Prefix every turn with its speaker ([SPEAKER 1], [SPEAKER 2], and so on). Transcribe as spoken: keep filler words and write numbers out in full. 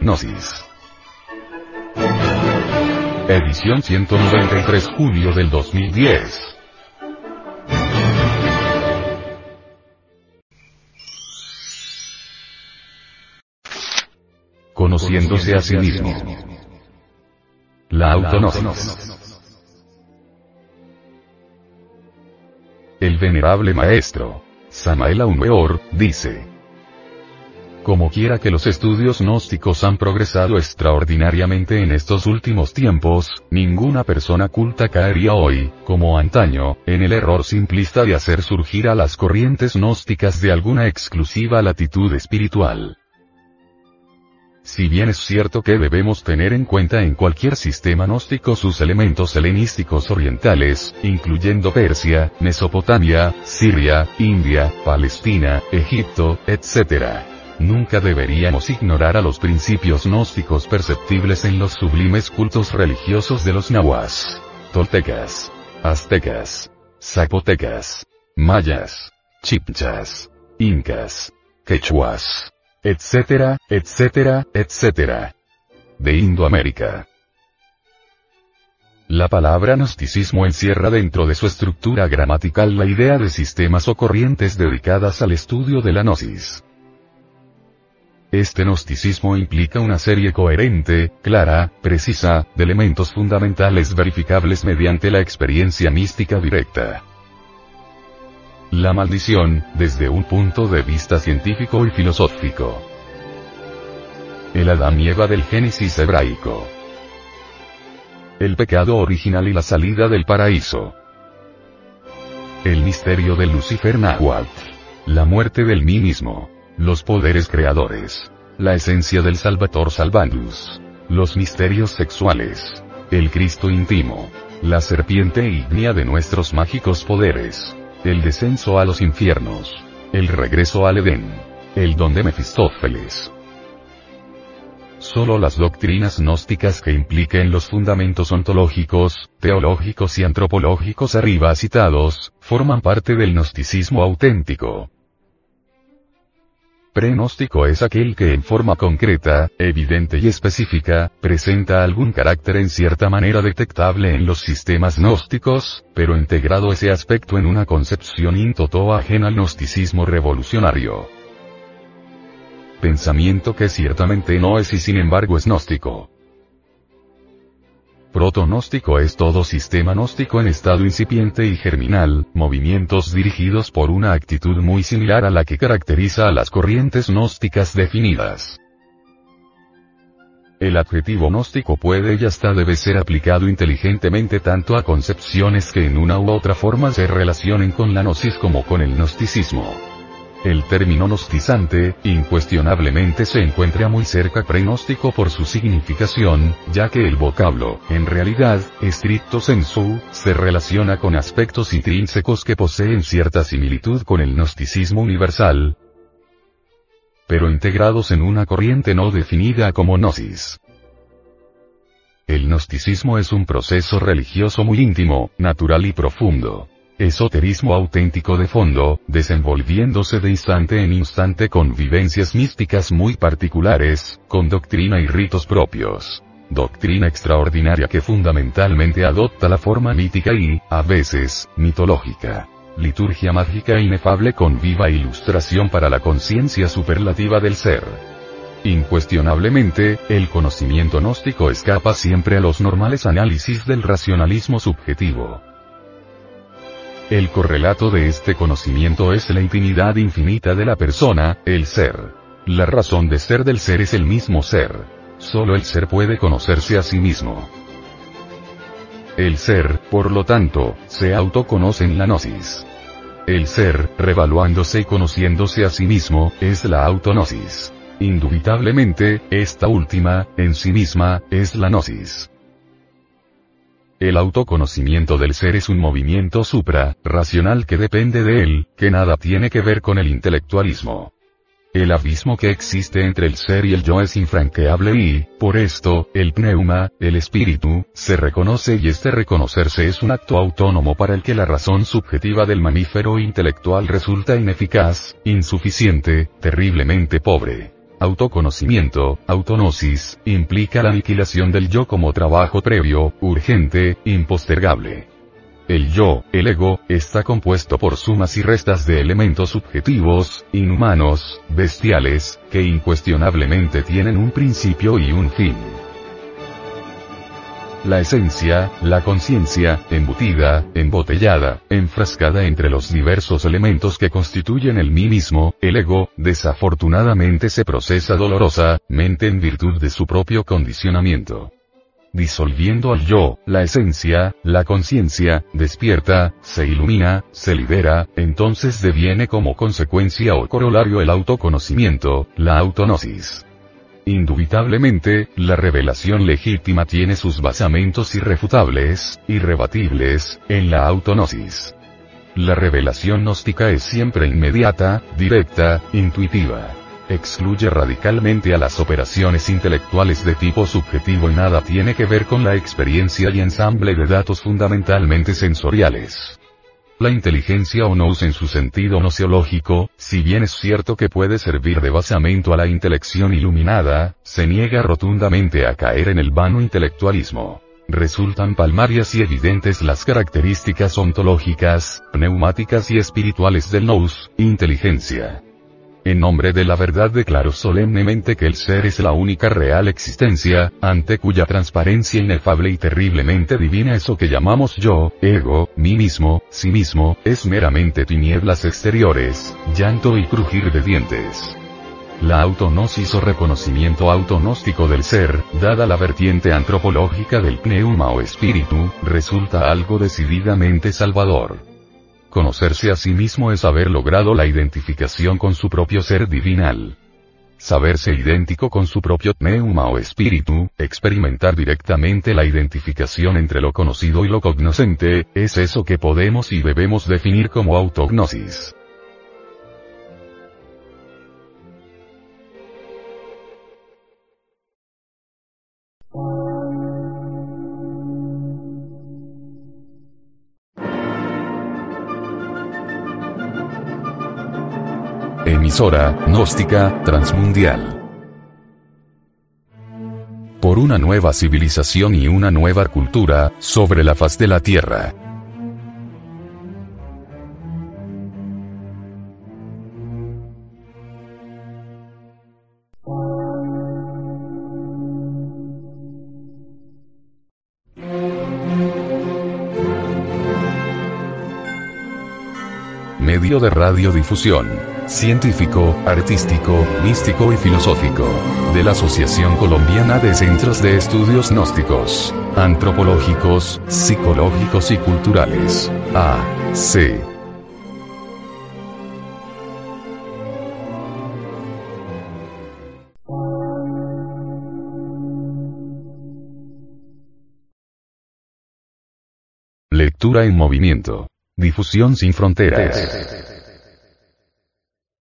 [SPEAKER 1] Gnosis. Edición ciento noventa y tres, julio del dos mil diez. Conociéndose a sí mismo. La autognosis. El venerable maestro Samael Aun Weor dice: como quiera que los estudios gnósticos han progresado extraordinariamente en estos últimos tiempos, ninguna persona culta caería hoy, como antaño, en el error simplista de hacer surgir a las corrientes gnósticas de alguna exclusiva latitud espiritual. Si bien es cierto que debemos tener en cuenta en cualquier sistema gnóstico sus elementos helenísticos orientales, incluyendo Persia, Mesopotamia, Siria, India, Palestina, Egipto, etcétera, nunca deberíamos ignorar a los principios gnósticos perceptibles en los sublimes cultos religiosos de los nahuas, toltecas, aztecas, zapotecas, mayas, chibchas, incas, quechuas, etcétera, etcétera, etcétera. De Indoamérica. La palabra gnosticismo encierra dentro de su estructura gramatical la idea de sistemas o corrientes dedicadas al estudio de la gnosis. Este gnosticismo implica una serie coherente, clara, precisa, de elementos fundamentales verificables mediante la experiencia mística directa. La maldición, desde un punto de vista científico y filosófico. El Adán y Eva del Génesis hebraico. El pecado original y la salida del paraíso. El misterio del Lucifer náhuatl. La muerte del mí mismo. Los poderes creadores. La esencia del Salvator Salvandus. Los misterios sexuales. El Cristo íntimo. La serpiente ígnea de nuestros mágicos poderes. El descenso a los infiernos. El regreso al Edén. El don de Mefistófeles. Solo las doctrinas gnósticas que impliquen los fundamentos ontológicos, teológicos y antropológicos arriba citados, forman parte del gnosticismo auténtico. Pregnóstico es aquel que en forma concreta, evidente y específica, presenta algún carácter en cierta manera detectable en los sistemas gnósticos, pero integrado ese aspecto en una concepción in toto ajena al gnosticismo revolucionario. Pensamiento que ciertamente no es y sin embargo es gnóstico. Proto-gnóstico es todo sistema gnóstico en estado incipiente y germinal, movimientos dirigidos por una actitud muy similar a la que caracteriza a las corrientes gnósticas definidas. El adjetivo gnóstico puede y hasta debe ser aplicado inteligentemente tanto a concepciones que en una u otra forma se relacionen con la gnosis como con el gnosticismo. El término gnostizante, incuestionablemente se encuentra muy cerca pregnóstico por su significación, ya que el vocablo, en realidad, stricto sensu, se relaciona con aspectos intrínsecos que poseen cierta similitud con el gnosticismo universal, pero integrados en una corriente no definida como gnosis. El gnosticismo es un proceso religioso muy íntimo, natural y profundo. Esoterismo auténtico de fondo, desenvolviéndose de instante en instante con vivencias místicas muy particulares, con doctrina y ritos propios. Doctrina extraordinaria que fundamentalmente adopta la forma mítica y, a veces, mitológica. Liturgia mágica inefable con viva ilustración para la conciencia superlativa del ser. Incuestionablemente, el conocimiento gnóstico escapa siempre a los normales análisis del racionalismo subjetivo. El correlato de este conocimiento es la intimidad infinita de la persona, el ser. La razón de ser del ser es el mismo ser. Solo el ser puede conocerse a sí mismo. El ser, por lo tanto, se autoconoce en la gnosis. El ser, revaluándose y conociéndose a sí mismo, es la autognosis. Indubitablemente, esta última, en sí misma, es la gnosis. El autoconocimiento del ser es un movimiento supra-racional que depende de él, que nada tiene que ver con el intelectualismo. El abismo que existe entre el ser y el yo es infranqueable y, por esto, el pneuma, el espíritu, se reconoce y este reconocerse es un acto autónomo para el que la razón subjetiva del mamífero intelectual resulta ineficaz, insuficiente, terriblemente pobre. Autoconocimiento, autognosis, implica la aniquilación del yo como trabajo previo, urgente, impostergable. El yo, el ego, está compuesto por sumas y restas de elementos subjetivos, inhumanos, bestiales, que incuestionablemente tienen un principio y un fin. La esencia, la conciencia, embutida, embotellada, enfrascada entre los diversos elementos que constituyen el mí mismo, el ego, desafortunadamente se procesa dolorosamente en virtud de su propio condicionamiento. Disolviendo al yo, la esencia, la conciencia, despierta, se ilumina, se libera, entonces deviene como consecuencia o corolario el autoconocimiento, la autognosis. Indubitablemente, la revelación legítima tiene sus basamentos irrefutables, irrebatibles, en la autognosis. La revelación gnóstica es siempre inmediata, directa, intuitiva. Excluye radicalmente a las operaciones intelectuales de tipo subjetivo y nada tiene que ver con la experiencia y ensamble de datos fundamentalmente sensoriales. La inteligencia o nous en su sentido gnoseológico, si bien es cierto que puede servir de basamento a la intelección iluminada, se niega rotundamente a caer en el vano intelectualismo. Resultan palmarias y evidentes las características ontológicas, pneumáticas y espirituales del nous, inteligencia. En nombre de la verdad declaro solemnemente que el ser es la única real existencia, ante cuya transparencia inefable y terriblemente divina eso que llamamos yo, ego, mí mismo, sí mismo, es meramente tinieblas exteriores, llanto y crujir de dientes. La autognosis o reconocimiento autognóstico del ser, dada la vertiente antropológica del pneuma o espíritu, resulta algo decididamente salvador. Conocerse a sí mismo es haber logrado la identificación con su propio ser divinal. Saberse idéntico con su propio pneuma o espíritu, experimentar directamente la identificación entre lo conocido y lo cognoscente, es eso que podemos y debemos definir como autognosis. Emisora, gnóstica, transmundial. Por una nueva civilización y una nueva cultura, sobre la faz de la Tierra. Medio de radiodifusión, científico, artístico, místico y filosófico, de la Asociación Colombiana de Centros de Estudios Gnósticos, Antropológicos, Psicológicos y Culturales, A C Lectura en movimiento. Difusión sin fronteras.